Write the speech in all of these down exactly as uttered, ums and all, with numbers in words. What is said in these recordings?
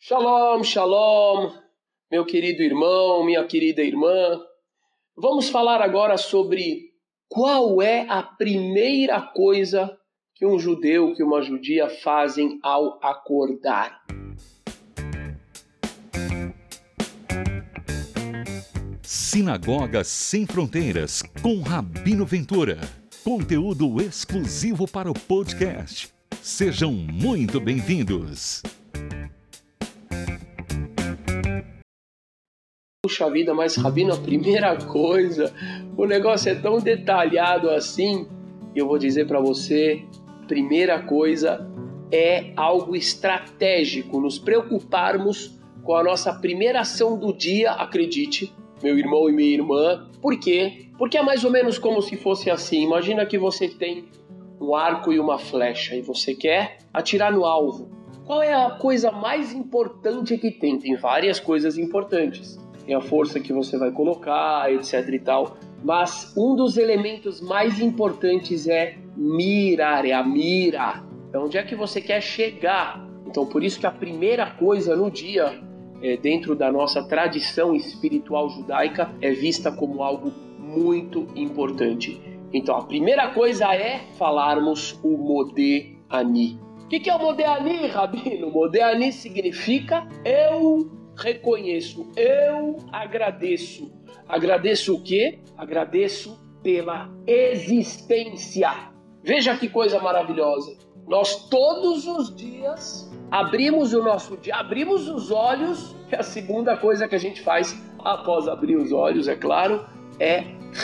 Shalom, shalom, meu querido irmão, minha querida irmã. Vamos falar agora sobre qual é a primeira coisa que um judeu, que uma judia fazem ao acordar. Sinagoga Sem Fronteiras, com Rabino Ventura. Conteúdo exclusivo para o podcast. Sejam muito bem-vindos. Puxa vida, mas Rabino, a primeira coisa, o negócio é tão detalhado assim, eu vou dizer para você, a primeira coisa é algo estratégico, nos preocuparmos com a nossa primeira ação do dia, acredite, meu irmão e minha irmã. Por quê? Porque é mais ou menos como se fosse assim. Imagina que você tem um arco e uma flecha e você quer atirar no alvo. Qual é a coisa mais importante que tem? Tem várias coisas importantes. Tem a força que você vai colocar, etc e tal. Mas um dos elementos mais importantes é mirar, é a mira. Então, onde é que você quer chegar? Então, por isso que a primeira coisa no dia, é, dentro da nossa tradição espiritual judaica, é vista como algo muito importante. Então, a primeira coisa é falarmos o Modeh Ani. O que, que é o Modeh Ani, Rabino? Modeh Ani significa eu reconheço, eu agradeço. Agradeço o quê? Agradeço pela existência. Veja que coisa maravilhosa. Nós todos os dias abrimos o nosso dia, abrimos os olhos, e a segunda coisa que a gente faz após abrir os olhos, é claro, é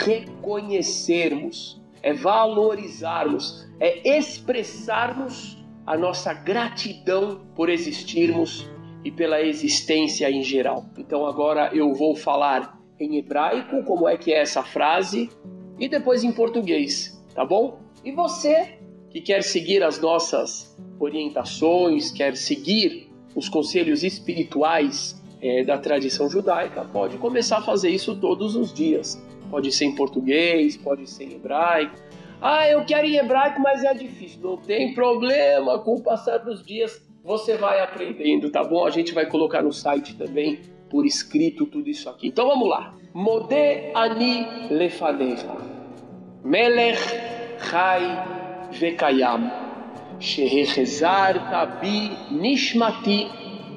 reconhecermos, é valorizarmos, é expressarmos a nossa gratidão por existirmos e pela existência em geral. Então agora eu vou falar em hebraico, como é que é essa frase, e depois em português, tá bom? E você que quer seguir as nossas orientações, quer seguir os conselhos espirituais é, da tradição judaica, pode começar a fazer isso todos os dias. Pode ser em português, pode ser em hebraico. Ah, eu quero em hebraico, mas é difícil. Não tem problema, com o passar dos dias você vai aprendendo, tá bom? A gente vai colocar no site também, por escrito, tudo isso aqui. Então vamos lá. Modeh Ani lefanecha, melech chai vekayam, shehechezarta bi nishmati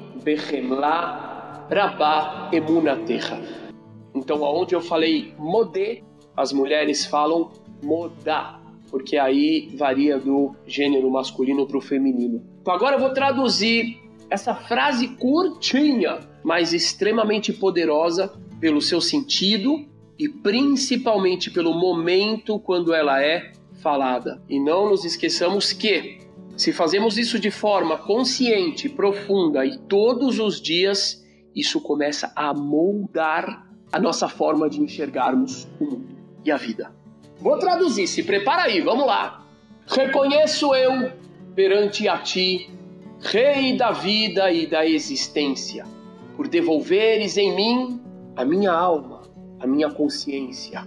bechemla rabá emunatecha. Então, aonde eu falei modeh, as mulheres falam modá, porque aí varia do gênero masculino para o feminino. Então agora eu vou traduzir essa frase curtinha, mas extremamente poderosa pelo seu sentido e principalmente pelo momento quando ela é falada. E não nos esqueçamos que, se fazemos isso de forma consciente, profunda e todos os dias, isso começa a moldar a nossa forma de enxergarmos o mundo e a vida. Vou traduzir, se prepara aí, vamos lá. Reconheço eu perante a ti, Rei da vida e da existência, por devolveres em mim a minha alma, a minha consciência.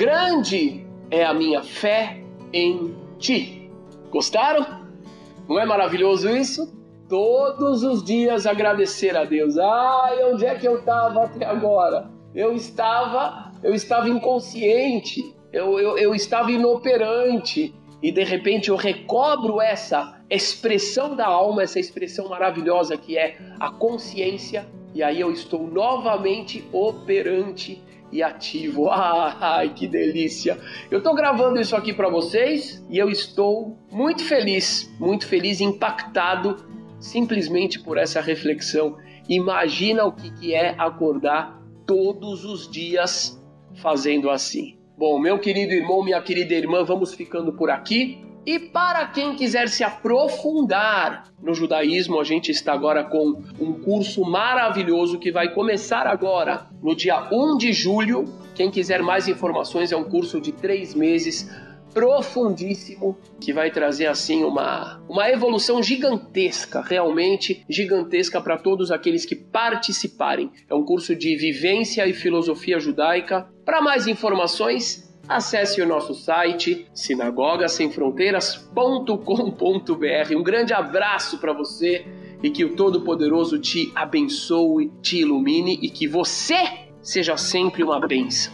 Grande é a minha fé em ti. Gostaram? Não é maravilhoso isso? Todos os dias agradecer a Deus. Ah, onde é que eu estava até agora? Eu estava, eu estava inconsciente, eu, eu, eu estava inoperante. E de repente eu recobro essa expressão da alma, essa expressão maravilhosa que é a consciência, e aí eu estou novamente operante e ativo. Ai, que delícia! Eu estou gravando isso aqui para vocês e eu estou muito feliz, muito feliz, impactado simplesmente por essa reflexão. Imagina o que, que é acordar todos os dias fazendo assim. Bom, meu querido irmão, minha querida irmã, vamos ficando por aqui. E para quem quiser se aprofundar no judaísmo, a gente está agora com um curso maravilhoso que vai começar agora, no dia um de julho. Quem quiser mais informações, é um curso de três meses, profundíssimo, que vai trazer assim uma, uma evolução gigantesca, realmente gigantesca para todos aqueles que participarem. É um curso de vivência e filosofia judaica. Para mais informações, acesse o nosso site sinagoga sem fronteiras ponto com ponto b r. Um grande abraço para você e que o Todo-Poderoso te abençoe, te ilumine e que você seja sempre uma bênção.